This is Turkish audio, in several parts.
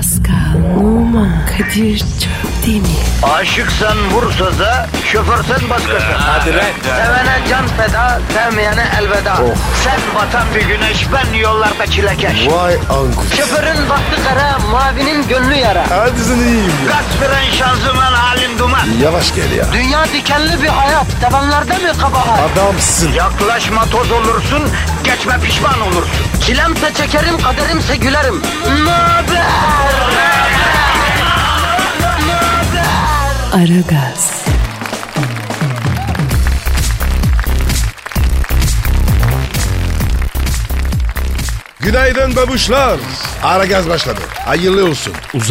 Pascal, Oman, Kadir çok değil mi? Aşıksan vursa da, şoförsen başkasın. Hadi lan. Sevene can feda, sevmeyene elveda. Sen batan bir güneş, ben yollarda çilekeş. Vay anku. Şoförün baktı kara, mavinin gönlü yara. Hadi sen iyiyim ya. Kasperen şanzıman halin duman. Yavaş gel ya. Dünya dikenli bir hayat, sevenlerde mi kabahar? Adamsın. Yaklaşma toz olursun, geçme pişman olursun. Çilemse çekerim, kaderimse gülerim. Möber! Aragaz. Günaydın babuşlar. Aragaz başladı. Hayırlı olsun.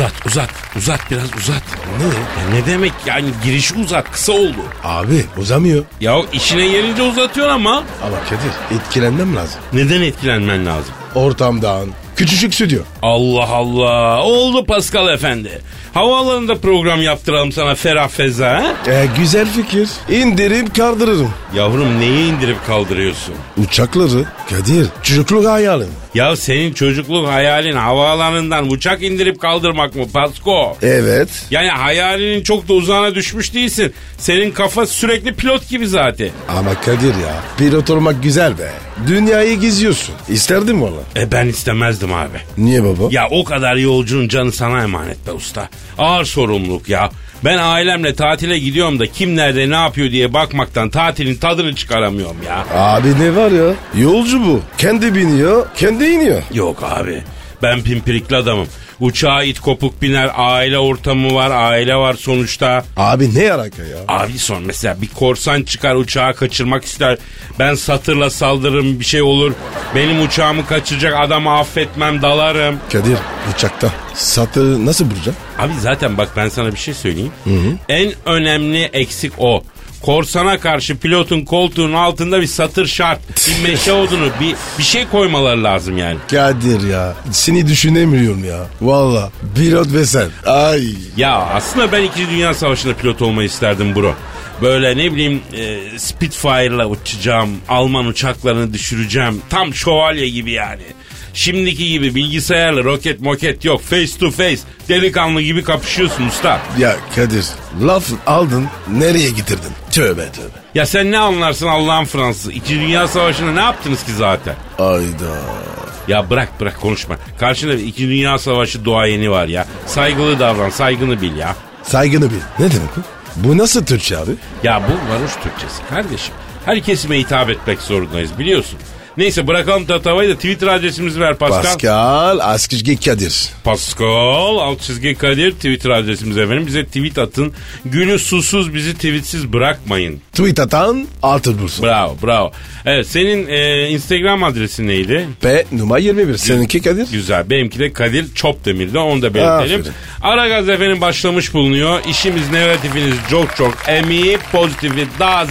Uzat biraz uzat. Ne? Ne demek yani girişi uzat, kısa oldu. Abi uzamıyor. Ya işine gelince uzatıyorsun ama. Ama Kadir etkilenmem lazım. Neden etkilenmen lazım? Ortamdan. Küçücük stüdyo. Allah Allah. Oldu Pascal Efendi. Havaalanında program yaptıralım sana ferah feza ha? Güzel fikir. İndirip kaldırırım. Yavrum neyi indirip kaldırıyorsun? Uçakları. Kadir çocukluk hayalim. Ya senin çocukluk hayalin havaalanından uçak indirip kaldırmak mı Pasko? Evet. Yani hayalinin çok da uzağına düşmüş değilsin. Senin kafa sürekli pilot gibi zaten. Ama Kadir ya pilot olmak güzel be. Dünyayı geziyorsun. İsterdim valla. Ben istemezdim abi. Niye baba? Ya o kadar yolcunun canı sana emanet be usta. Ağır sorumluluk ya. Ben ailemle tatile gidiyorum da kim nerede ne yapıyor diye bakmaktan tatilin tadını çıkaramıyorum ya. Abi ne var ya? Yolcu bu. Kendi biniyor, kendi iniyor. Yok abi. Ben pimpirikli adamım. Uçağa it kopuk biner, aile ortamı var, aile var sonuçta. Abi ne alaka ya? Abi son mesela bir korsan çıkar uçağı kaçırmak ister. Ben satırla saldırırım bir şey olur. Benim uçağımı kaçıracak adamı affetmem dalarım. Kadir uçakta satı nasıl bulacağım? Abi zaten bak ben sana bir şey söyleyeyim. Hı. En önemli eksik o. Korsana karşı pilotun koltuğunun altında bir satır şart. Bir meşe odunu bir şey koymaları lazım yani. Kadir ya seni düşünemiyorum ya. Valla pilot ve sen. Ay. Ya aslında ben 2. Dünya Savaşı'nda pilot olmayı isterdim bro. Böyle ne bileyim Spitfire'la uçacağım. Alman uçaklarını düşüreceğim. Tam şövalye gibi yani. Şimdiki gibi bilgisayarla roket moket yok. Face to face. Delikanlı gibi kapışıyorsun usta. Ya Kadir laf aldın nereye getirdin? Tövbe tövbe. Ya sen ne anlarsın Allah'ın Fransız? 2. Dünya Savaşı'nda ne yaptınız ki zaten? Ayda. Ya bırak konuşma. Karşında 2. Dünya Savaşı duayeni var ya. Saygılı davran, saygını bil ya. Saygını bil. Ne demek bu? Bu nasıl Türkçe abi? Ya bu varoş Türkçesi kardeşim. Her kesime hitap etmek zorundayız biliyorsun. Neyse bırakalım tatavayı da Twitter adresimizi ver Pascal. Pascal Askizgi Kadir. Pascal _Kadir Twitter adresimiz efendim. Bize tweet atın. Günü susuz bizi tweetsiz bırakmayın. Tweet atan altın bulsun. Bravo. Evet senin Instagram adresin neydi? P numara 21. Seninki Kadir? Güzel. Benimki de Kadir Çopdemir'de. Onu da belirtelim. Aferin. Aragaz efendim başlamış bulunuyor. İşimiz negatifiniz çok emi, pozitifi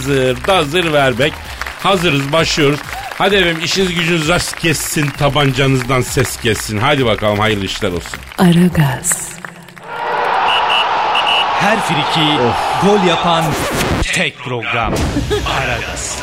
dazır vermek. Hazırız başlıyoruz. Hadi efendim işiniz gücünüz rast kessin, tabancanızdan ses kessin. Hadi bakalım hayırlı işler olsun. Aragaz. Her friki gol yapan tek program. Aragaz.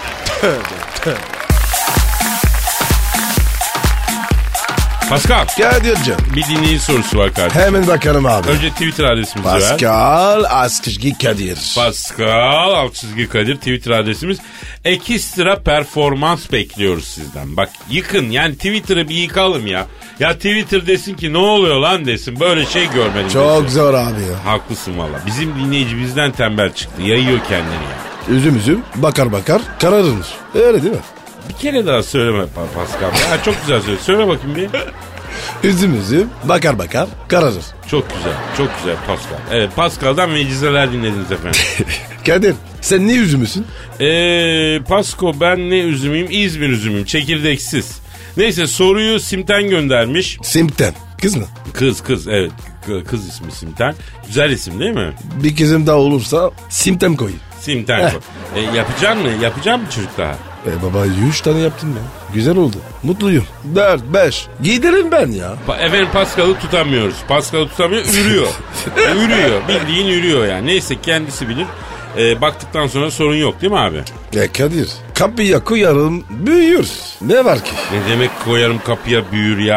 Pascal. Kadir'cim. Bir dinleyici sorusu var kardeşim. Hemen bakalım abi. Önce Twitter adresimizi ver. Pascal Askizgi Kadir. Pascal _Kadir Twitter adresimiz. Ekstra performans bekliyoruz sizden. Bak yıkın yani Twitter'ı bir yıkalım ya. Ya Twitter desin ki ne oluyor lan desin. Böyle şey görmedim. Çok desin. zor abi ya. Haklısın valla. Bizim dinleyici bizden tembel çıktı. Yayıyor kendini ya. Üzüm bakar kararır. Öyle değil mi? Bir kere daha söyleme Pascal. Ya çok güzel söyle. Söyle bakayım bir. Üzüm bakar kararır. Çok güzel Pascal. Evet Pascal'dan vecizeler dinlediniz efendim. Kadir sen ne üzümüsün? Pasko ben ne üzümüyüm? İzmir üzümüyüm. Çekirdeksiz. Neyse soruyu Simten göndermiş. Simten. Kız mı? Kız evet. Kız ismi Simten. Güzel isim değil mi? Bir kızım daha olursa Simten koy. Simten koy. Yapacak mı çocuk daha? Baba 3 tane yaptım ben. Güzel oldu. Mutluyum. 4, 5. Giydirin ben ya. Efendim Pascal'ı tutamıyoruz. Ürüyor. Bildiğin ürüyor yani. Neyse kendisi bilir. Baktıktan sonra sorun yok değil mi abi? Ya Kadir kapıya koyarım büyür. Ne var ki? Ne demek koyarım kapıya büyür ya?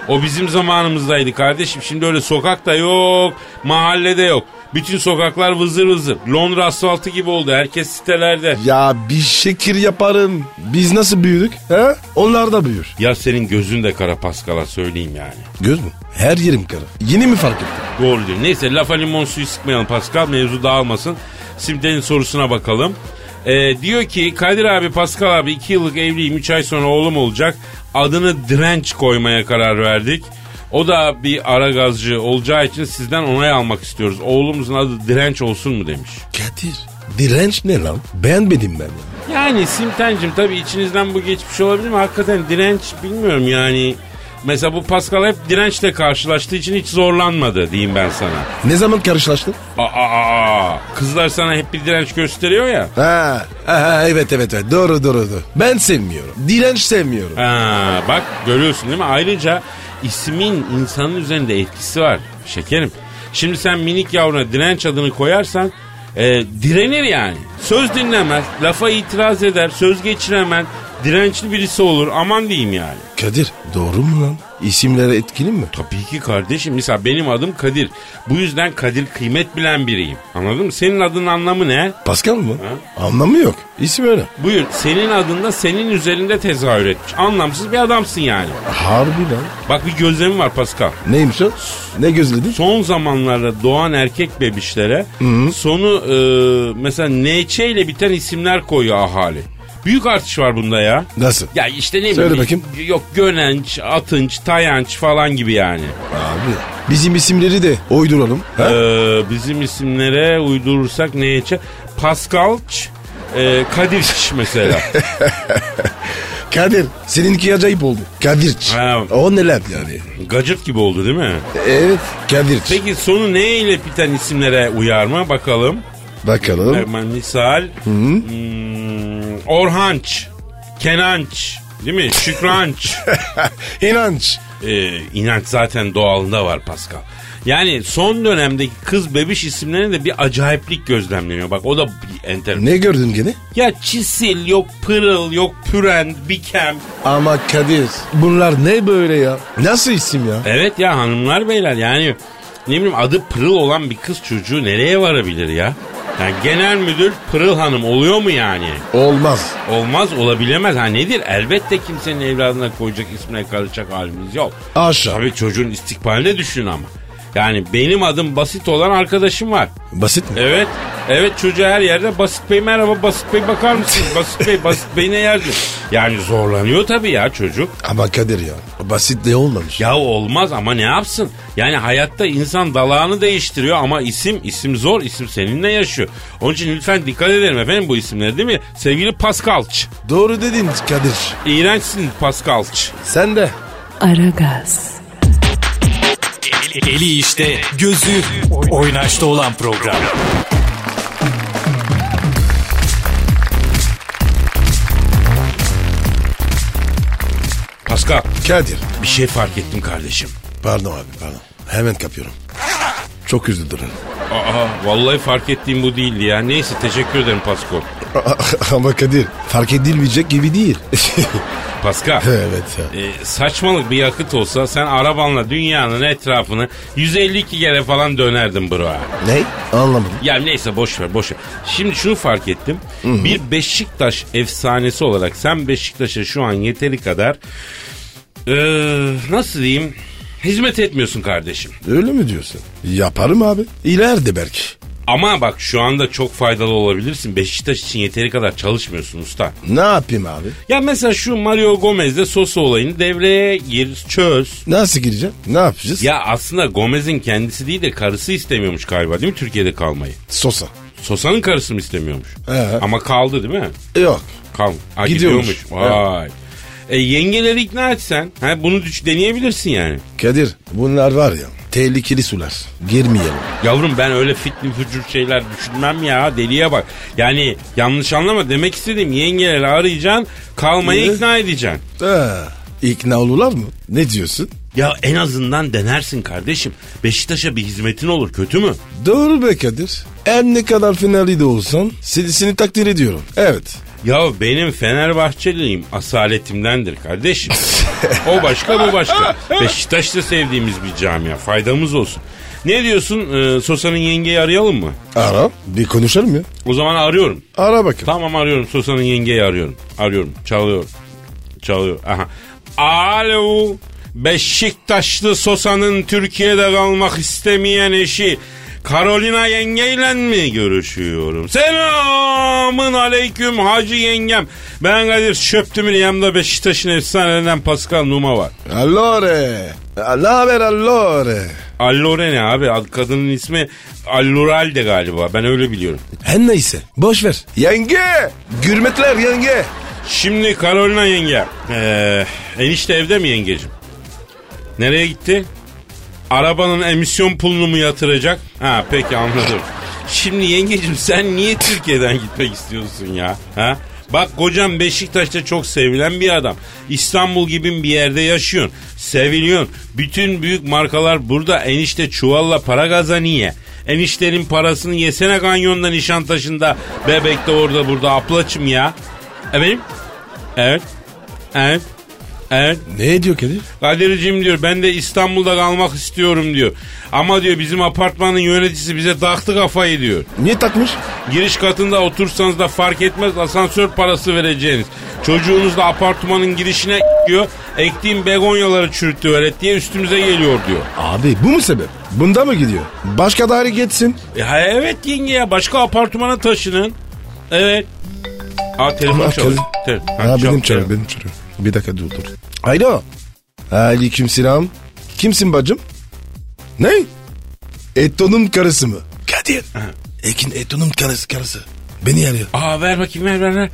O bizim zamanımızdaydı kardeşim. Şimdi öyle sokakta yok, mahallede yok. Bütün sokaklar vızır vızır. Londra asfaltı gibi oldu. Herkes sitelerde. Ya bir şekil yaparım. Biz nasıl büyüdük? He? Onlar da büyür. Ya senin gözün de kara Pascal'a söyleyeyim yani. Göz mü? Her yerim kara. Yeni mi fark ettin? Doğru diyor. Neyse lafa limon suyu sıkmayalım Pascal. Mevzu dağılmasın. Simte'nin sorusuna bakalım. Diyor ki Kadir abi, Pascal abi 2 yıllık evliyim. 3 ay sonra oğlum olacak. Adını Direnç koymaya karar verdik. O da bir ara gazcı olacağı için sizden onay almak istiyoruz. Oğlumuzun adı Direnç olsun mu demiş. Kadir, direnç ne lan? Beğenmedim ben ya. Yani Simtencim tabii içinizden bu geçmiş olabilir mi? Hakikaten direnç bilmiyorum yani. Mesela bu Pascal hep dirençle karşılaştığı için hiç zorlanmadı diyeyim ben sana. Ne zaman karşılaştın? Kızlar sana hep bir direnç gösteriyor ya. Evet doğru. Ben sevmiyorum. Direnç sevmiyorum. Bak görüyorsun değil mi? Ayrıca ismin insanın üzerinde etkisi var şekerim. Şimdi sen minik yavruna Direnç adını koyarsan direnir yani. Söz dinlemez, lafa itiraz eder, söz geçiremez, dirençli birisi olur. Aman diyeyim yani. Kadir doğru mu lan? İsimlere etkili mi? Tabii ki kardeşim. Mesela benim adım Kadir. Bu yüzden Kadir kıymet bilen biriyim. Anladın mı? Senin adının anlamı ne? Pascal mı? Anlamı yok. İsim öyle. Buyur. Senin adında senin üzerinde tezahür etmiş. Anlamsız bir adamsın yani. Harbi lan. Bak bir gözlemim var Pascal. Neymiş o? Ne gözledin? Son zamanlarda doğan erkek bebişlere sonu mesela NÇ ile biten isimler koyuyor ahali. Büyük artış var bunda ya. Nasıl? Ya işte ne bileyim. Söyle bakayım. Yok Gönenç, Atınç, Tayanç falan gibi yani. Abi bizim isimleri de uyduralım. Bizim isimlere uydurursak neye? Pascalç, Kadirç mesela. Kadir seninki acayip oldu. Kadirç. O neler yani? Gacırt gibi oldu değil mi? Evet Kadirç. Peki sonu ne ile biten isimlere uyar mı? Bakalım. Misal Orhanç, Kenanç, değil mi? Şükranç. İnanç. İnanç zaten doğalında var Pascal. Yani son dönemdeki kız bebiş isimlerinde de bir acayiplik gözlemleniyor. Bak o da enteresan. Ne gördün gene? Ya Çisil, yok Pırıl, yok Püren, Bikem. Ama Kadir bunlar ne böyle ya? Nasıl isim ya? Evet ya hanımlar beyler yani ne bileyim adı Pırıl olan bir kız çocuğu nereye varabilir ya? Yani genel müdür Pırıl Hanım oluyor mu yani? Olmaz. Olmaz, olabilemez. Ha nedir? Elbette kimsenin evladına koyacak ismine karışacak halimiz yok. Aşağı. Tabii çocuğun istikbalini düşün ama. Yani benim adım Basit olan arkadaşım var. Basit mi? Evet. Evet çocuğa her yerde Basit Bey merhaba Basit Bey bakar mısınız? Basit Bey ne yerde? Yani zorlanıyor tabii ya çocuk. Ama Kadir ya basit de olmamış. Ya olmaz ama ne yapsın? Yani hayatta insan dalağını değiştiriyor ama isim zor. İsim seninle yaşıyor. Onun için lütfen dikkat edelim efendim bu isimlere değil mi? Sevgili Pascalç. Doğru dedin Kadir. İğrençsin Pascalç. Sen de. Aragaz. Eli işte, gözü oynaşta olan program. Pascal. Kadir. Bir şey fark ettim kardeşim. Pardon abi pardon. Hemen kapıyorum. Çok üzüldüm. Vallahi fark ettiğim bu değildi ya. Neyse teşekkür ederim Pascal. Ama Kadir fark edilmeyecek gibi değil. Pascal. Evet. Saçmalık bir yakıt olsa sen arabanla dünyanın etrafını 152 kere falan dönerdin bro. Ne? Anlamadım. Ya neyse boş ver. Şimdi şunu fark ettim. Hı-hı. Bir Beşiktaş efsanesi olarak sen Beşiktaş'a şu an yeteri kadar nasıl diyeyim hizmet etmiyorsun kardeşim. Öyle mi diyorsun? Yaparım abi. İleride belki. Ama bak şu anda çok faydalı olabilirsin. Beşiktaş için yeteri kadar çalışmıyorsun usta. Ne yapayım abi? Ya mesela şu Mario Gomez'de Sosa olayını devreye gir, çöz. Nasıl gireceğim? Ne yapacağız? Ya aslında Gomez'in kendisi değil de karısı istemiyormuş galiba değil mi Türkiye'de kalmayı? Sosa'nın karısı mı istemiyormuş? Ama kaldı değil mi? Yok. Gidiyormuş. Vay. Yengeleri ikna etsen bunu deneyebilirsin yani. Kadir bunlar var ya tehlikeli sular. Girmeyelim. Yavrum ben öyle fitli fücür şeyler düşünmem ya deliye bak. Yani yanlış anlama demek istediğim yengeleri arayacaksın kalmaya ikna edeceksin. İkna olurlar mı? Ne diyorsun? Ya en azından denersin kardeşim. Beşiktaş'a bir hizmetin olur kötü mü? Doğru be Kadir. Her ne kadar finali de olsan seni takdir ediyorum. Evet. Ya benim Fenerbahçeliyim asaletimdendir kardeşim. O başka bu başka. Beşiktaş'ta sevdiğimiz bir camia. Faydamız olsun. Ne diyorsun? Sosa'nın yengeyi arayalım mı? Ara. Bir konuşalım ya. O zaman arıyorum. Ara bakın. Tamam arıyorum. Sosa'nın yengeyi arıyorum. Arıyorum. Çalıyor. Aha. Alo. Beşiktaşlı Sosa'nın Türkiye'de kalmak istemeyen eşi Carolina yengeyle mi görüşüyorum? Selamın aleyküm hacı yengem. Ben Kadir Çöptemir, yanımda Beşiktaş'ın efsanelerinden Pascal Numa var. Allore. Ne haber allore? Allore ne abi? Kadının ismi Alloralde galiba. Ben öyle biliyorum. Her neyse. Boş ver. Yenge. Hürmetler yenge. Şimdi Carolina yenge. Enişte evde mi yengecim? Nereye gitti? Arabanın emisyon pulunu mu yatıracak? Ha peki anladım. Şimdi yengecim sen niye Türkiye'den gitmek istiyorsun ya? Ha? Bak kocam Beşiktaş'ta çok sevilen bir adam. İstanbul gibi bir yerde yaşıyorsun. Seviliyorsun. Bütün büyük markalar burada. Enişte çuvalla para kazanıyor. Eniştenin parasını yesene kanyonda, Nişantaşı'nda, Bebek'te, orada burada aplaçım ya. Efendim? Evet. Ne diyor Kadir? Kadir'cim diyor ben de İstanbul'da kalmak istiyorum diyor. Ama diyor bizim apartmanın yöneticisi bize taktı kafayı diyor. Niye takmış? Giriş katında otursanız da fark etmez, asansör parası vereceğiniz. Çocuğunuz da apartmanın girişine diyor. Ektiğim begonyaları çürüttü öğret diye üstümüze geliyor diyor. Abi bu mu sebep? Bunda mı gidiyor? Başka daire geçsin. Evet yenge ya, başka apartmana taşının. Evet. Telefon çalıyor. Benim çalıyor. Bir dakika dur. Alo. Aleykümselam. Kimsin bacım? Ne? Eto'nun karısı mı? Kadir. Ekin Eto'nun karısı. Beni arıyor. Ver bakayım ver.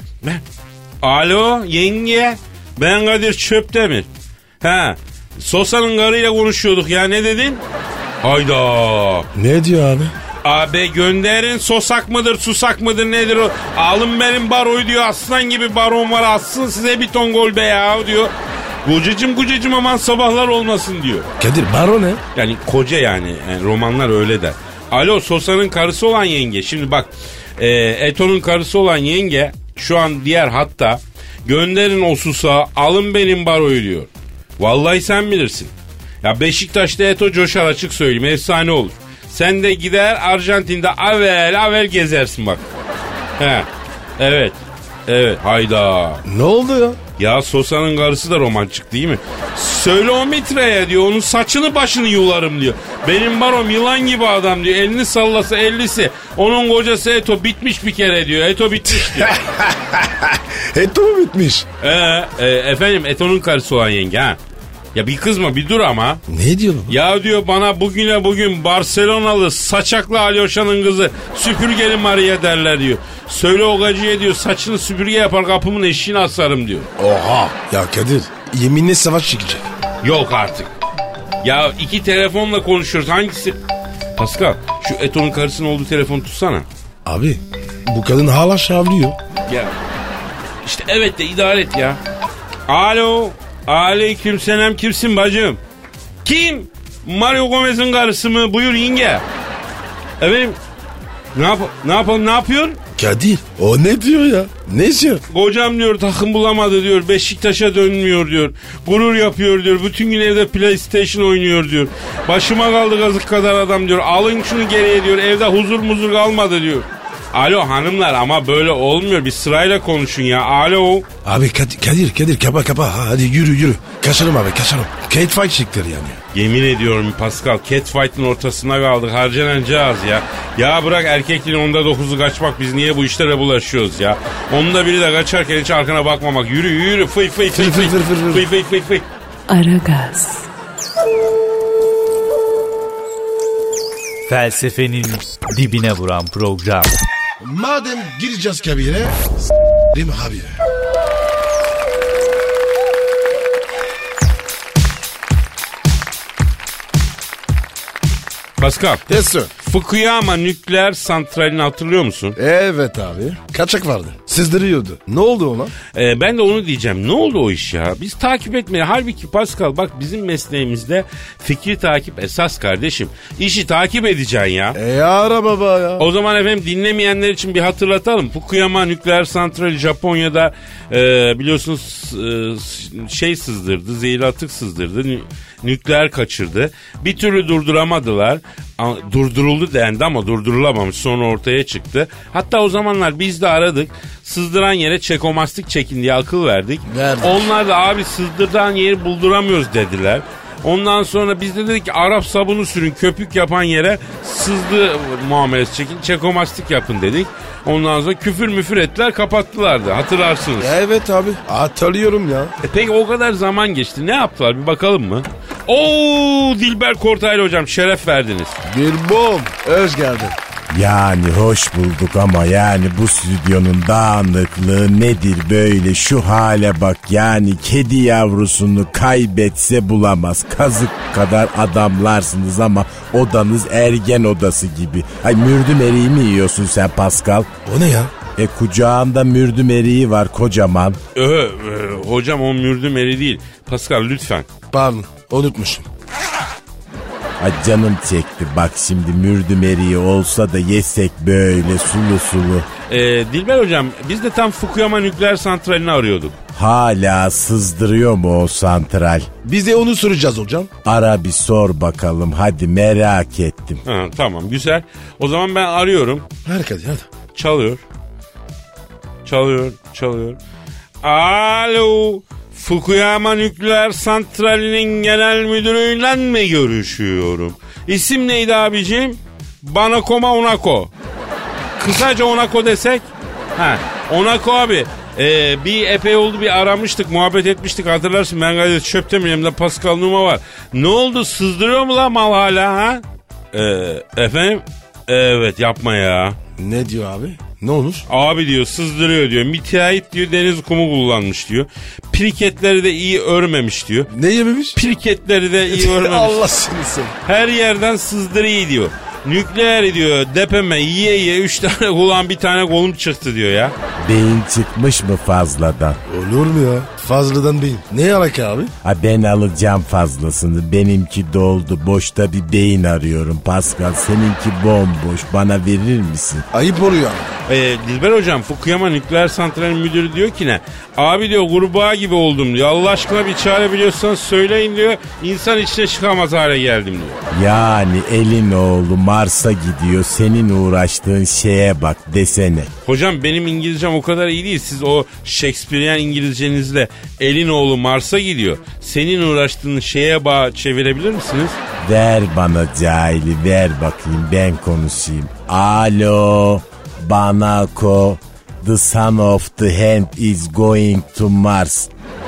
Alo yenge. Ben Kadir Çöptemir. Sosa'nın karıyla konuşuyorduk ya, ne dedin? Hayda. Ne diyor abi? Abi gönderin, sosak mıdır susak mıdır nedir o? Alın benim baroyu diyor, aslan gibi baron var, assın size bir ton gol be ya diyor. Kocacım aman sabahlar olmasın diyor. Kadir baro ne? Yani koca yani romanlar öyle der. Alo Sosa'nın karısı olan yenge. Şimdi bak Eto'nun karısı olan yenge şu an diğer hatta. Gönderin o susağı, alın benim baroyu diyor. Vallahi sen bilirsin. Ya Beşiktaş'ta Eto coşar, açık söyleyeyim, efsane olur. Sen de gider Arjantin'de avel gezersin bak. Evet. Hayda. Ne oldu ya? Ya Sosa'nın karısı da romantik değil mi? Söyle o mitreye diyor, onun saçını başını yularım diyor. Benim barom yılan gibi adam diyor. Elini sallasa 50'si. Onun kocası Eto bitmiş bir kere diyor. Eto bitmiş diyor. Eto mu bitmiş? Efendim Eto'nun karısı olan yenge ha. Ya bir kızma bir dur ama. Ne diyor bu? Ya diyor bana bugün Barcelonalı saçaklı Alyosha'nın kızı süpürgeli Maria derler diyor. Söyle o gacıya diyor saçını süpürge yapar, kapımın eşiğine asarım diyor. Oha. Ya Kadir yeminle savaş çıkacak. Yok artık. Ya iki telefonla konuşuyoruz, hangisi? Pascal şu Eto'nun karısının olduğu telefonu tutsana. Abi bu kadın hala şavlıyor. Ya işte evet de idare et ya. Alo. Aleykümselam, kimsin bacım? Kim? Mario Gomez'in karısı mı? Buyur yenge. Efendim? Ne yapalım, ne yapıyor? Kadir o ne diyor ya? Ne diyor? Kocam diyor takım bulamadı diyor. Beşiktaş'a dönmüyor diyor. Gurur yapıyor diyor. Bütün gün evde PlayStation oynuyor diyor. Başıma kaldı kazık kadar adam diyor. Alın şunu geriye diyor. Evde huzur kalmadı diyor. Alo hanımlar ama böyle olmuyor. Bir sırayla konuşun ya. Alo. Abi Kadir kapa. Hadi yürü. Kaçalım abi. Catfight çıktı yani. Yemin ediyorum Pascal, catfight'ın ortasına kaldık, harcanacağız ya. Ya bırak erkekliğin 9'u kaçmak, biz niye bu işlere bulaşıyoruz ya? Onda biri de kaçarken hiç arkana bakmamak. Yürü fıy. Fıy. Aragaz. Felsefenin dibine vuran program. Madem gireceğiz kabire, s***rim abi. Pascal. Yes sir. Fukuyama nükleer santralini hatırlıyor musun? Evet abi. Kaçak vardı. Sızdırıyordu. Ne oldu ona? Ben de onu diyeceğim. Ne oldu o iş ya? Biz takip etmeye. Halbuki Pascal bak bizim mesleğimizde fikri takip esas kardeşim. İşi takip edeceksin ya. Ara baba ya. O zaman efendim dinlemeyenler için bir hatırlatalım. Fukuyama nükleer santrali Japonya'da biliyorsunuz sızdırdı. Zehirli atık sızdırdı. Nükleer kaçırdı. Bir türlü durduramadılar. Durduruldu dendi ama durdurulamamış. Sonra ortaya çıktı. Hatta o zamanlar biz de aradık. Sızdıran yere çekomastik çekin diye akıl verdik. Onlar da abi sızdırdan yeri bulduramıyoruz dediler. Ondan sonra biz de dedik ki Arap sabunu sürün, köpük yapan yere sızdı muamelesi çekin, çekomastik yapın dedik. Ondan sonra küfür müfür ettiler, kapattılar da, hatırlarsınız. Evet abi, hatırlıyorum ya. Peki o kadar zaman geçti, ne yaptılar bir bakalım mı? Oo, Dilber Kortaylı hocam, şeref verdiniz. Bir bom, hoş geldin. Yani hoş bulduk ama yani bu stüdyonun dağınıklığı nedir böyle, şu hale bak yani, kedi yavrusunu kaybetse bulamaz. Kazık kadar adamlarsınız ama odanız ergen odası gibi. Ay, mürdüm eriği mi yiyorsun sen Pascal? O ne ya? Kucağında mürdüm eriği var kocaman. Hocam o mürdüm eriği değil. Pascal lütfen. Pardon, unutmuşum. Ay canım çekti bak, şimdi mürdüm eriği olsa da yesek böyle sulu sulu. Dilber hocam, biz de tam Fukuyama nükleer santralini arıyorduk. Hala sızdırıyor mu o santral? Biz de onu soracağız hocam. Ara bir sor bakalım, hadi, merak ettim. Ha, tamam, güzel. O zaman ben arıyorum. Hadi. Çalıyor. Alo. Fukuyama nükleer santralinin genel müdürüyle mi görüşüyorum? İsim neydi abicim? Banakoma Onako. Kısaca Onako desek. Onako abi. Bir epey oldu, bir aramıştık, muhabbet etmiştik, hatırlarsın. Ben gayet çöpte miyim de Pascal Numa var. Ne oldu, sızdırıyor mu lan mal hala ha? Efendim? Evet, yapma ya. Ne diyor abi? Ne olur? Abi diyor, sızdırıyor diyor. Müteahhit diyor, deniz kumu kullanmış diyor. Pirketleri de iyi örmemiş diyor. Ne yememiş? Pirketleri de iyi örmemiş. Allah seni. Her yerden sızdırıyor diyor. Nükleer diyor, depeme yiye 3 tane kulağım, bir tane kolum çıktı diyor ya. Beyin çıkmış mı fazladan? Olur mu ya? Fazladan beyin. Ne alaka abi? Ben alacağım fazlasını. Benimki doldu. Boşta bir beyin arıyorum Pascal. Seninki bomboş. Bana verir misin? Ayıp oluyor. Dilber hocam, Fukuyama nükleer santralin müdürü diyor ki ne? Abi diyor, kurbağa gibi oldum diyor. Allah aşkına bir çare biliyorsanız söyleyin diyor. İnsan içine çıkamaz hale geldim diyor. Yani elin oğlu Mars'a gidiyor. Senin uğraştığın şeye bak desene. Hocam benim İngilizcem o kadar iyi değil. Siz o Shakespearean İngilizcenizle elin oğlu Mars'a gidiyor. Senin uğraştığın şeye çevirebilir misiniz? Ver bana cahili, ver bakayım, ben konuşayım. Alo, Banako, the son of the hand is going to Mars.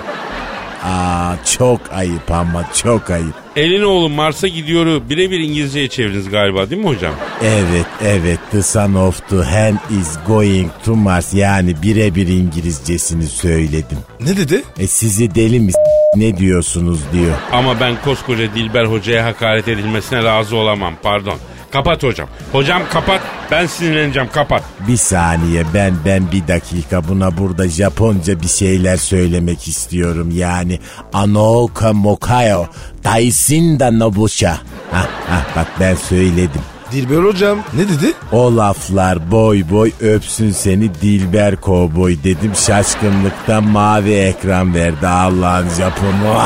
Çok ayıp ama çok ayıp. Elin oğlu Mars'a gidiyor, birebir İngilizceye çevirdiniz galiba, değil mi hocam? Evet, the son of the hand is going to Mars, yani birebir İngilizcesini söyledim. Ne dedi? Sizi deli mi ne diyorsunuz diyor. Ama ben koskoca Dilber hocaya hakaret edilmesine razı olamam, pardon. Kapat hocam. Hocam kapat, ben sinirleneceğim, kapat. Bir saniye, ben bir dakika, buna burada Japonca bir şeyler söylemek istiyorum. Yani Anoka Mokayo Taisinda Nobusha. Bak ben söyledim. Dilber hocam ne dedi? O laflar boy boy öpsün seni Dilber kovboy dedim, şaşkınlıktan mavi ekran verdi Allah'ın Japonu.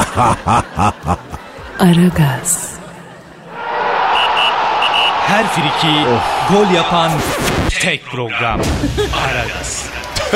Aragaz. Her friki gol yapan tek program. Aragaz.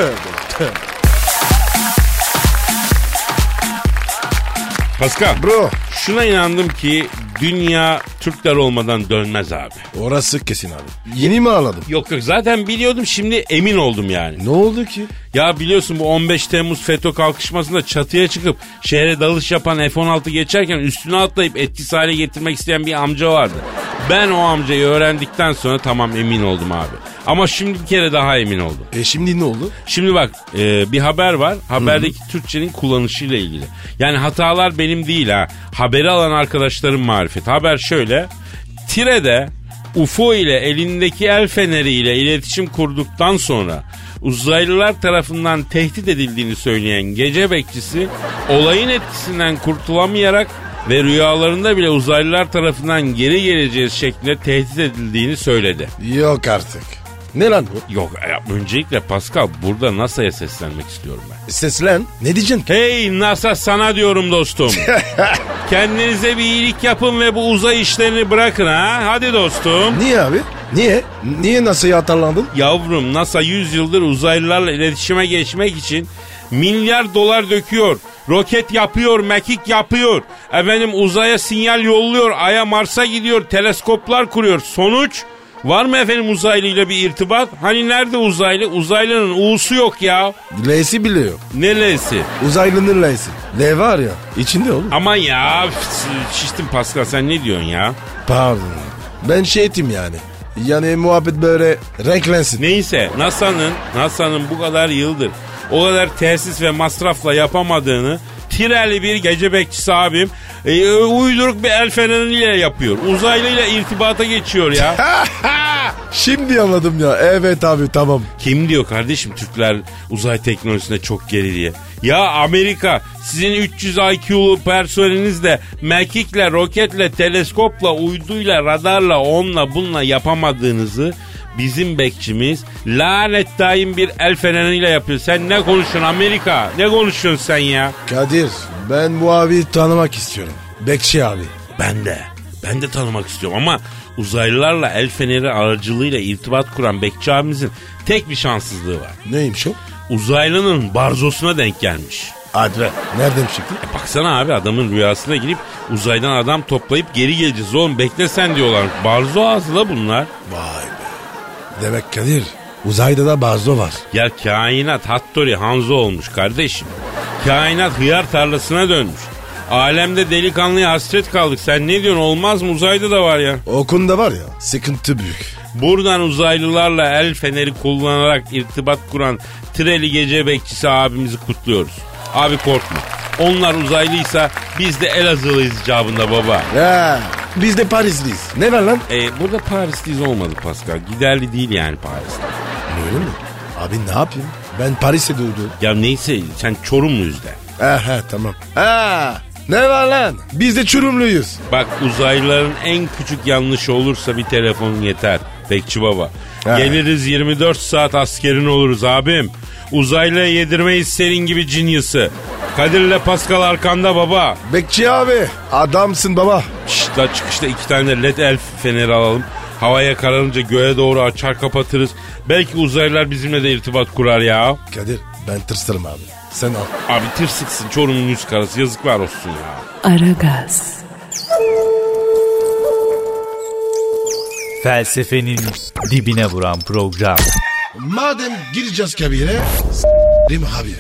Pascal. Bro. Şuna inandım ki dünya Türkler olmadan dönmez abi. Orası kesin abi. Yeni mi ağladın? Yok zaten biliyordum, şimdi emin oldum yani. Ne oldu ki? Ya biliyorsun bu 15 Temmuz FETÖ kalkışmasında çatıya çıkıp şehre dalış yapan F-16 geçerken üstüne atlayıp etkisiz hale getirmek isteyen bir amca vardı. Ben o amcayı öğrendikten sonra tamam emin oldum abi. Ama şimdi bir kere daha emin oldum. Şimdi ne oldu? Şimdi bak bir haber var. Haberdeki Türkçenin kullanışıyla ilgili. Yani hatalar benim değil ha. Haberi alan arkadaşlarım marifet. Haber şöyle. Tire'de UFO ile elindeki el feneriyle iletişim kurduktan sonra uzaylılar tarafından tehdit edildiğini söyleyen gece bekçisi olayın etkisinden kurtulamayarak ve rüyalarında bile uzaylılar tarafından geri geleceğiz şeklinde tehdit edildiğini söyledi. Yok artık. Ne lan bu? Yok öncelikle Pascal burada NASA'ya seslenmek istiyorum ben. Seslen. Ne diyeceksin? Hey NASA sana diyorum dostum. Kendinize bir iyilik yapın ve bu uzay işlerini bırakın ha. Hadi dostum. Niye abi? Niye? Niye NASA'yı atarlandın? Yavrum NASA 100 yıldır uzaylılarla iletişime geçmek için milyar dolar döküyor. Roket yapıyor, mekik yapıyor. Efendim uzaya sinyal yolluyor. Ay'a Mars'a gidiyor. Teleskoplar kuruyor. Sonuç? Var mı efendim uzaylıyla bir irtibat? Hani nerede uzaylı? Uzaylının U'su yok ya. L'si bile yok. Ne L'si? Uzaylının L'si. L var ya. İçinde oğlum. Aman ya şiştim Pascal sen ne diyorsun ya? Pardon. Ben ettim yani. Yani muhabbet böyle renklensin. Neyse NASA'nın bu kadar yıldır o kadar tesis ve masrafla yapamadığını tireli bir gece bekçisi abim uyduruk bir el feneriyle yapıyor. Uzaylıyla irtibata geçiyor ya. Şimdi anladım ya. Evet abi tamam. Kim diyor kardeşim Türkler uzay teknolojisinde çok geri diye. Ya Amerika sizin 300 IQ'lu personelinizle mekikle, roketle, teleskopla, uyduyla, radarla, onunla bununla yapamadığınızı bizim bekçimiz lanet daim bir el feneriyle yapıyor. Sen ne konuşuyorsun Amerika? Ne konuşuyorsun sen ya? Kadir ben bu abiyi tanımak istiyorum. Bekçi abi. Ben de tanımak istiyorum ama uzaylılarla el feneri aracılığıyla irtibat kuran bekçi abimizin tek bir şanssızlığı var. Neymiş o? Uzaylının barzosuna denk gelmiş. Hadi be. Nereden çıktı? Baksana abi adamın rüyasına girip uzaydan adam toplayıp geri geleceğiz oğlum bekle sen diyorlar. Barzo ağzı la bunlar. Vay be. Demek Kadir uzayda da barzo var. Ya kainat Hattori Hanzo olmuş kardeşim. Kainat hıyar tarlasına dönmüş. Alemde delikanlıya hasret kaldık. Sen ne diyorsun olmaz mı uzayda da var ya. O konuda var ya sıkıntı büyük. Buradan uzaylılarla el feneri kullanarak irtibat kuran Treli gece bekçisi abimizi kutluyoruz. Abi korkma. Onlar uzaylıysa biz de Elazığlıyız icabında baba. Ya biz de Parisliyiz. Ne var lan? Burada Parisliyiz olmadı Pascal. Giderli değil yani Paris'te. Öyle mi? Abi ne yapayım? Ben Paris'te doğdum. Ya neyse sen Çorumluyuz de. Aha tamam. Ne var lan? Biz de Çorumluyuz. Bak uzaylıların en küçük yanlışı olursa bir telefonun yeter. Bekçi baba. Geliriz 24 saat askerin oluruz abim. Uzaylıya yedirmeyiz senin gibi cinyası. Kadir'le Pascal arkanda baba. Bekçi abi adamsın baba. Şşt la çıkışta 2 tane led el feneri alalım. Havaya kararınca göğe doğru açar kapatırız. Belki uzaylılar bizimle de irtibat kurar ya. Kadir ben tırsırım abi. Sen al. Abi tırsıksın Çorum'un yüz karası yazıklar olsun ya. Aragaz. Felsefenin dibine vuran program. Madem gireceğiz kabire değil mi abi?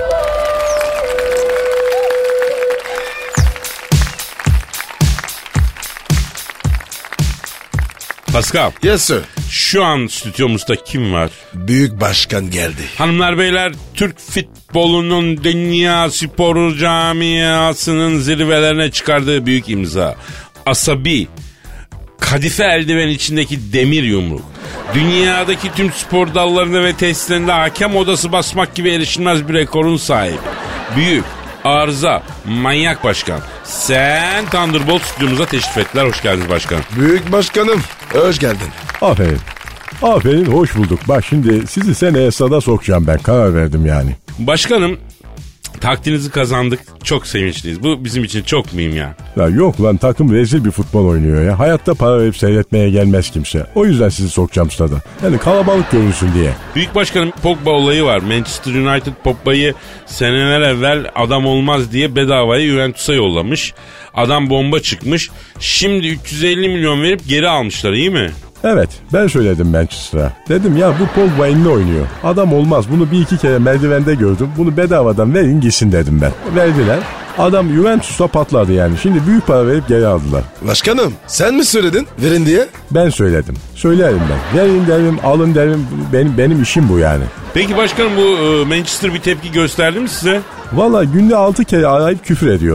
Pascal. Yes sir. Şu an stüdyomuzda kim var? Büyük başkan geldi. Hanımlar beyler Türk futbolunun dünya sporu camiasının zirvelerine çıkardığı büyük imza. Asabi, kadife eldiven içindeki demir yumruk. Dünyadaki tüm spor dallarında ve tesislerinde hakem odası basmak gibi erişilmez bir rekorun sahibi. Büyük, arıza, manyak başkan. Sen Thunderbolt stüdyomuza teşrif ettiler. Hoş geldiniz başkanım. Büyük başkanım hoş geldin. Aferin. Aferin hoş bulduk. Bak şimdi sizi seneye sada sokacağım ben. Karar verdim yani. Başkanım takdirinizi kazandık. Çok sevinçliyiz. Bu bizim için çok mühim ya. Ya yok lan takım rezil bir futbol oynuyor ya. Hayatta para verip seyretmeye gelmez kimse. O yüzden sizi sokacağım stada. Yani kalabalık görünsün diye. Büyük başkanım Pogba olayı var. Manchester United Pogba'yı seneler evvel adam olmaz diye bedavaya Juventus'a yollamış. Adam bomba çıkmış. Şimdi 350 milyon verip geri almışlar iyi mi? Evet ben söyledim Manchester'a. Dedim ya bu Pogba elini oynuyor. Adam olmaz bunu bir iki kere merdivende gördüm. Bunu bedavadan verin gitsin dedim ben. Verdiler. Adam Juventus'ta patladı yani. Şimdi büyük para verip geri aldılar. Başkanım sen mi söyledin verin diye? Ben söyledim. Söylerim ben. Verin derim alın derim benim işim bu yani. Peki başkanım bu Manchester bir tepki gösterdi mi size? Valla günde 6 kere arayıp küfür ediyorlar.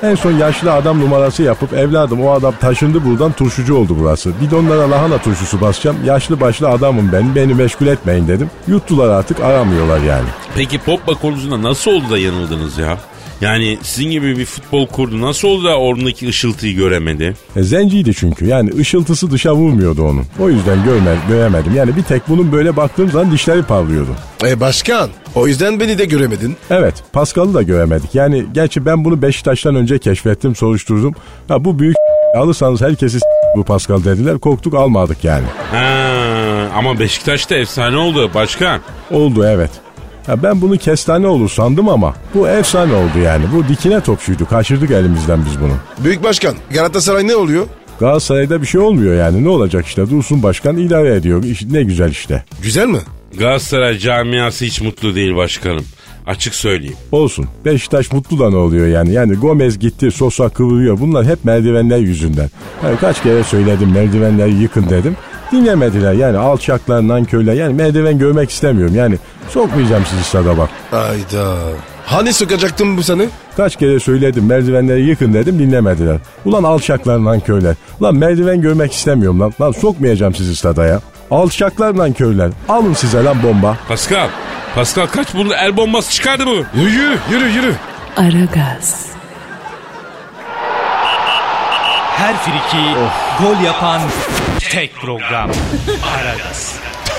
En son yaşlı adam numarası yapıp evladım o adam taşındı buradan turşucu oldu burası. Bidonlara lahana turşusu basacağım. Yaşlı başlı adamım ben. Beni meşgul etmeyin dedim. Yuttular artık aramıyorlar yani. Peki Pogba konusunda nasıl oldu da yanıldınız ya? Yani sizin gibi bir futbol kurdu. Nasıl oldu da oradaki ışıltıyı göremedi? Zenciydi çünkü. Yani ışıltısı dışa vurmuyordu onun. O yüzden göremedim. Yani bir tek bunun böyle baktığım zaman dişleri parlıyordu. Başkan o yüzden beni de göremedin. Evet, Pascal'ı da göremedik. Yani gerçi ben bunu Beşiktaş'tan önce keşfettim, soruşturdum. Ha bu büyük alırsanız herkesi bu Pascal dediler. Korktuk almadık yani. Ama Beşiktaş'ta efsane oldu başkan. Oldu evet. Ya ben bunu kestane olur sandım ama bu efsane oldu yani. Bu dikine topçuydu. Kaçırdık elimizden biz bunu. Büyük başkan Galatasaray ne oluyor? Galatasaray'da bir şey olmuyor yani. Ne olacak işte? Dursun Başkan idare ediyor. Ne güzel işte. Güzel mi? Galatasaray camiası hiç mutlu değil başkanım. Açık söyleyeyim. Olsun. Beşiktaş mutlu da ne oluyor yani? Yani Gomez gitti, Sosa kıvırıyor. Bunlar hep merdivenler yüzünden. Yani kaç kere söyledim merdivenleri yıkın dedim. Dinlemediler yani alçaklar, nankörler. Yani merdiven görmek istemiyorum. Yani sokmayacağım sizi stada bak. Ayda. Hani sokacaktım bu sene? Kaç kere söyledim merdivenleri yıkın dedim dinlemediler. Ulan alçaklar, nankörler. Lan merdiven görmek istemiyorum lan. Lan sokmayacağım sizi stada ya. Alçaklar, nankörler. Alın size lan bomba. Pascal kaç buldu el bombası çıkardı bu. Yürü. Aragaz. Her friki gol yapan tek program. Aragaz.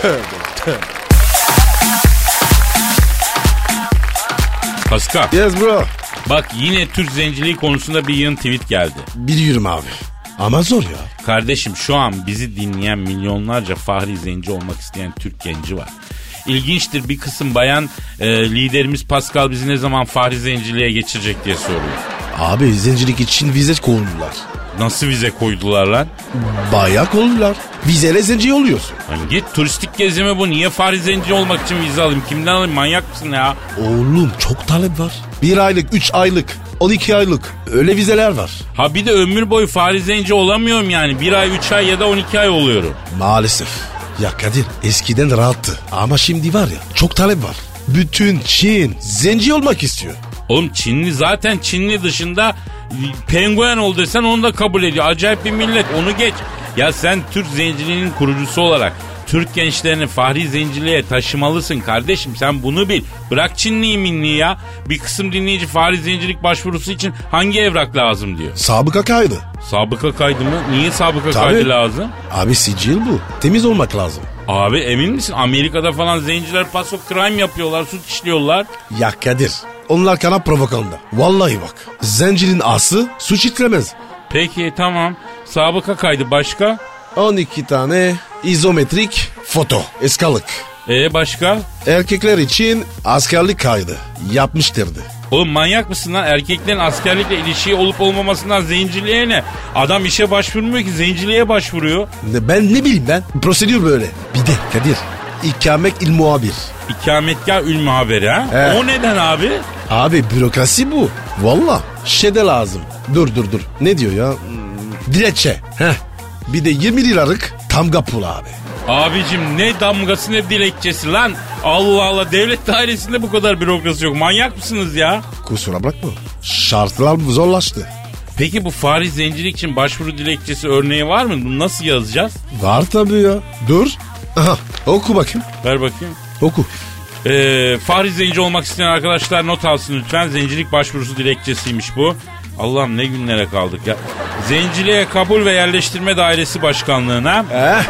Pascal. Yes bro. Bak yine Türk zenciliği konusunda bir yığın tweet geldi. Biliyorum abi. Ama zor ya. Kardeşim şu an bizi dinleyen milyonlarca fahri zenci olmak isteyen Türk genci var. İlginçtir bir kısım bayan liderimiz Pascal bizi ne zaman fahri zenciliğe geçirecek diye soruyor. Abi zencilik için vize koydular. Nasıl vize koydular lan? Bayağı koydular. Vizeyle zenci oluyorsun. Lan git turistik gezi mi bu? Niye fahri zenci olmak için vize alayım? Kimden alayım? Manyak mısın ya? Oğlum çok talep var. 1 aylık, 3 aylık, 12 aylık öyle vizeler var. Ha bir de ömür boyu fahri zenci olamıyorum yani. 1 ay, 3 ay ya da 12 ay oluyorum. Maalesef. Ya Kadir eskiden rahattı. Ama şimdi var ya çok talep var. Bütün Çin zenci olmak istiyor. Oğlum Çinli zaten Çinli dışında penguen ol desen onu da kabul ediyor. Acayip bir millet onu geç. Ya sen Türk zenciliğinin kurucusu olarak Türk gençlerini fahri zenciliğe taşımalısın kardeşim sen bunu bil. Bırak Çinliyi minliyi ya. Bir kısım dinleyici fahri zencilik başvurusu için hangi evrak lazım diyor. Sabıka kaydı. Sabıka kaydı mı? Niye sabıka Tabii. kaydı lazım? Abi sicil bu. Temiz olmak lazım. Abi emin misin? Amerika'da falan zenciler paso crime yapıyorlar, suç işliyorlar. Ya Kadir onlar kana provokanda. Vallahi bak. Zencinin ası suç işlemez. Peki tamam. Sabıka kaydı başka? 12 tane izometrik foto. Eskalık. Başka? Erkekler için askerlik kaydı. Yapmıştırdı. Oğlum manyak mısın lan? Erkeklerin askerlikle ilişiği olup olmamasından zenciliğe ne? Adam işe başvurmuyor ki zenciliğe başvuruyor. Ben ne bileyim ben. Prosedür böyle. Bir de Kadir. İkamet il muhabir. İkametgah ül muhaberi ha? He. O neden abi? Abi bürokrasi bu. Valla. Şede lazım. Dur. Ne diyor ya? Dilekçe. Heh. Bir de 20 liralık tamga pul abi. Abicim ne damgası ne dilekçesi lan? Allah Allah devlet dairesinde bu kadar bürokrasi yok. Manyak mısınız ya? Kusura bakma. Şartlar zorlaştı. Peki bu fahri zencilik için başvuru dilekçesi örneği var mı? Bunu nasıl yazacağız? Var tabii ya. Dur. Aha, oku bakayım. Ver bakayım. Oku. Fahri zenci olmak isteyen arkadaşlar not alsın lütfen. Zencilik başvurusu dilekçesiymiş bu. Allah'ım ne günlere kaldık ya. Zenciliğe kabul ve yerleştirme dairesi başkanlığına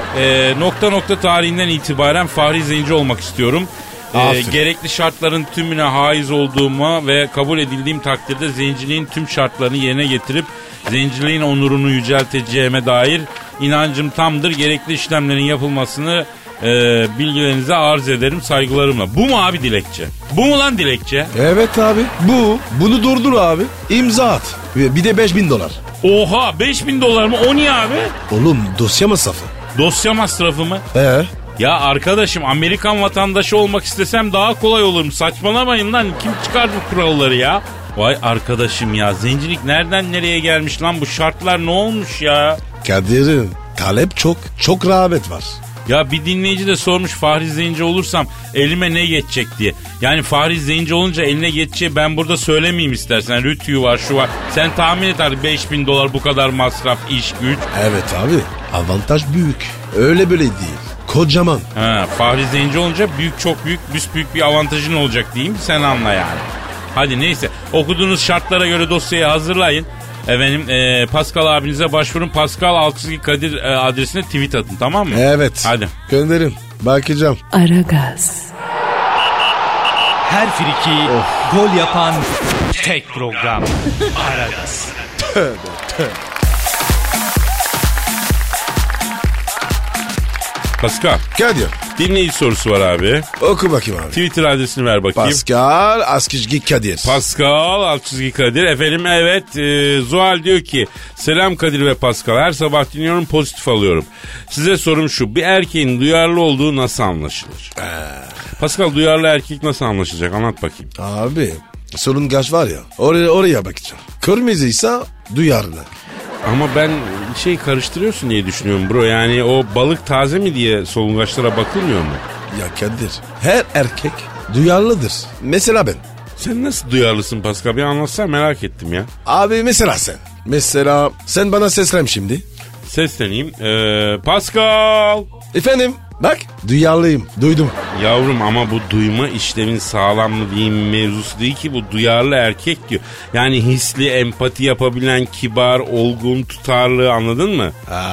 nokta tarihinden itibaren fahri zenci olmak istiyorum. Gerekli şartların tümüne haiz olduğuma ve kabul edildiğim takdirde zenciliğin tüm şartlarını yerine getirip zenciliğin onurunu yücelteceğime dair inancım tamdır. Gerekli işlemlerin yapılmasını bilgilerinize arz ederim saygılarımla. Bu mu abi dilekçe? Bu mu lan dilekçe? Evet abi. Bunu durdur abi. İmza at. Bir de $5,000. Oha $5,000 mı? O niye abi? Oğlum dosya masrafı. Dosya masrafı mı? Ya arkadaşım Amerikan vatandaşı olmak istesem daha kolay olurum. Saçmalamayın lan. Kim çıkardı bu kuralları ya? Vay arkadaşım ya. Zencilik nereden nereye gelmiş lan? Bu şartlar ne olmuş ya? Kadir'im talep çok rağbet var. Ya bir dinleyici de sormuş Fahri Zenci olursam elime ne geçecek diye. Yani Fahri Zenci olunca eline geçeceği ben burada söylemeyeyim istersen. Rütüyü var şu var. Sen tahmin et hadi $5,000 bu kadar masraf, iş, güç. Evet abi. Avantaj büyük. Öyle böyle değil. Kocaman. Ha, Fahri Zenci olunca büyük, çok büyük, büyük bir avantajın olacak diyeyim, sen anla yani. Hadi neyse, okuduğunuz şartlara göre dosyayı hazırlayın. Efendim Pascal abinize başvurun. Pascal Altçizgi adresine tweet atın, tamam mı? Evet. Hadi. Gönderin. Bakacağım. Aragaz. Her friki gol yapan tek program. Aragaz. Pascal, Kadir. dinleyici sorusu var abi. Oku bakayım abi. Twitter adresini ver bakayım. Pascal Askizgi Kadir. Pascal Altçizgi Kadir. Efendim evet, Zuhal diyor ki selam Kadir ve Pascal, her sabah dinliyorum, pozitif alıyorum. Size sorum şu, bir erkeğin duyarlı olduğu nasıl anlaşılır? Pascal, duyarlı erkek nasıl anlaşılacak, anlat bakayım. Abi solungaç var ya, oraya bakacağım. Kırmızıysa duyarlı. Ama ben karıştırıyorsun diye düşünüyorum bro. Yani o balık taze mi diye solungaçlara bakılmıyor mu? Ya Kadir, her erkek duyarlıdır. Mesela ben. Sen nasıl duyarlısın Pascal, bir anlatsana, merak ettim ya. Abi mesela sen. Mesela sen bana seslen şimdi. Sesleneyim. Pascal. Efendim bak duyarlıyım, duydum. Yavrum ama bu duyma işlemin sağlamlı değil, mevzusu değil ki, bu duyarlı erkek diyor. Yani hisli, empati yapabilen, kibar, olgun, tutarlı, anladın mı?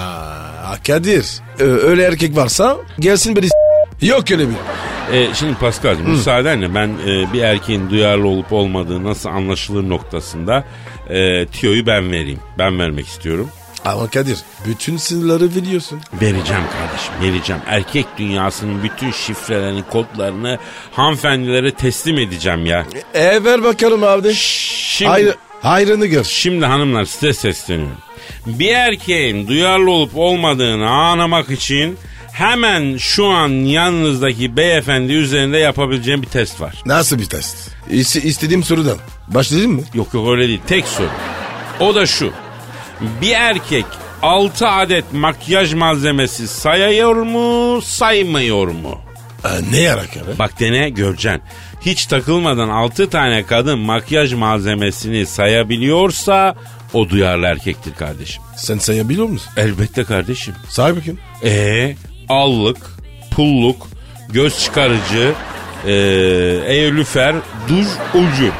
Kadir öyle erkek varsa gelsin beni yok öyle bir. Şimdi Pascal'cığım müsaadenle ben bir erkeğin duyarlı olup olmadığı nasıl anlaşılır noktasında tiyoyu ben vereyim. Ben vermek istiyorum. Ama Kadir bütün sınırları biliyorsun. Vereceğim kardeşim, vereceğim. Erkek dünyasının bütün şifrelerini, kodlarını hanımefendilere teslim edeceğim ya. Ver bakalım abi. Şimdi, hayrını gör. Şimdi hanımlar size sesleniyorum. Bir erkeğin duyarlı olup olmadığını anlamak için hemen şu an yanınızdaki beyefendi üzerinde yapabileceğim bir test var. Nasıl bir test? İstediğim sorudan. Başlayayım mı? Yok öyle değil, tek soru. O da şu. Bir erkek 6 adet makyaj malzemesi sayıyor mu, saymıyor mu? Ne yarak abi? Bak dene, göreceksin. Hiç takılmadan 6 tane kadın makyaj malzemesini sayabiliyorsa o duyarlı erkektir kardeşim. Sen sayabiliyor musun? Elbette kardeşim. Say bakayım. Allık, pulluk, göz çıkarıcı, eylüfer, duş ucu.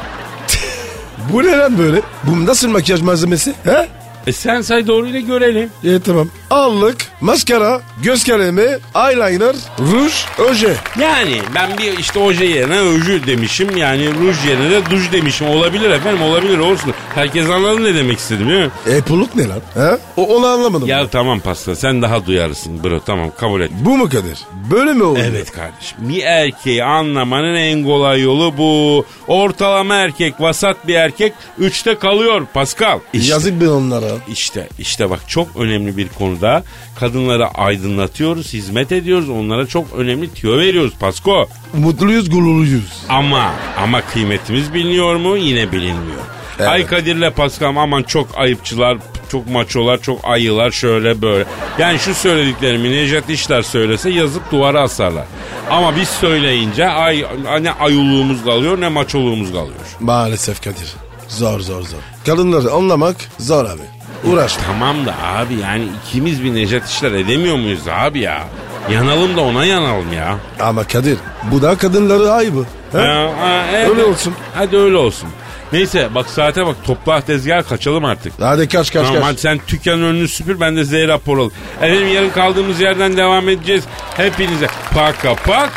Bu ne lan böyle? Bu nasıl makyaj malzemesi? He? Sen say doğruyla görelim. Tamam. Allık, maskara, göz kalemi, eyeliner, ruj, oje. Yani ben bir işte oje yerine oje demişim. Yani ruj yerine de duş demişim. Olabilir efendim, olabilir, olsun. Herkes anladı ne demek istedim değil mi? Pulluk ne lan? He? Onu anlamadım. Ya tamam Pascal, sen daha duyarlısın bro, tamam kabul et. Bu mu Kadir? Böyle mi oluyor? Evet kardeşim. Bir erkeği anlamanın en kolay yolu bu. Ortalama erkek, vasat bir erkek 3'te kalıyor Pascal. İşte. Yazık bir onlara. İşte bak, çok önemli bir konuda kadınları aydınlatıyoruz, hizmet ediyoruz, onlara çok önemli tüyo veriyoruz Pasko. Mutluyuz, gururluyuz. Ama kıymetimiz biliniyor mu? Yine bilinmiyor. Evet. Ay Kadir'le Paskal aman çok ayıpçılar, çok maçolar, çok ayılar, şöyle böyle. Yani şu söylediklerimi Nejat İşler söylese yazıp duvara asarlar. Ama biz söyleyince ne ayuluğumuz kalıyor ne maçoluğumuz kalıyor. Maalesef Kadir. Zor. Kadınları anlamak zor abi. Uğraş. Tamam da abi, yani ikimiz bir Nejat İşler edemiyor muyuz abi ya? Yanalım da ona yanalım ya. Ama Kadir bu da kadınları ayıbı. Evet. Öyle olsun. Hadi öyle olsun. Neyse bak, saate bak, topla tezgah, kaçalım artık. Hadi kaç. Tamam hadi sen dükkanın önünü süpür, ben de Z rapor alayım. Efendim yarın kaldığımız yerden devam edeceğiz. Hepinize paka.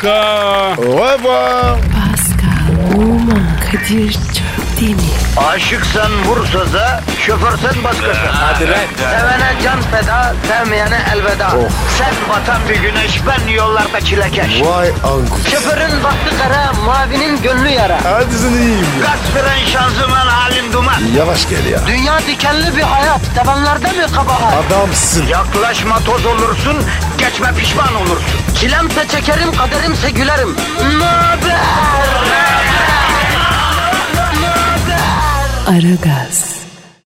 Au revoir. Pascal, Oman, Kadir çok değil mi? Aşıksan vursa da, şoförsen başkasın. Hadi lan. Sevene can feda, sevmeyene elveda. Sen batan bir güneş, ben yollarda çilekeş. Vay anku. Şoförün baktı kara, mavinin gönlü yara. Hadi sen iyiyim ya. Kasperen şanzıman halin duman. Yavaş gel ya. Dünya dikenli bir hayat, sevenlerde mi kabahar? Adamsın. Yaklaşma toz olursun, geçme pişman olursun. Çilemse çekerim, kaderimse gülerim. Möber! Aragaz.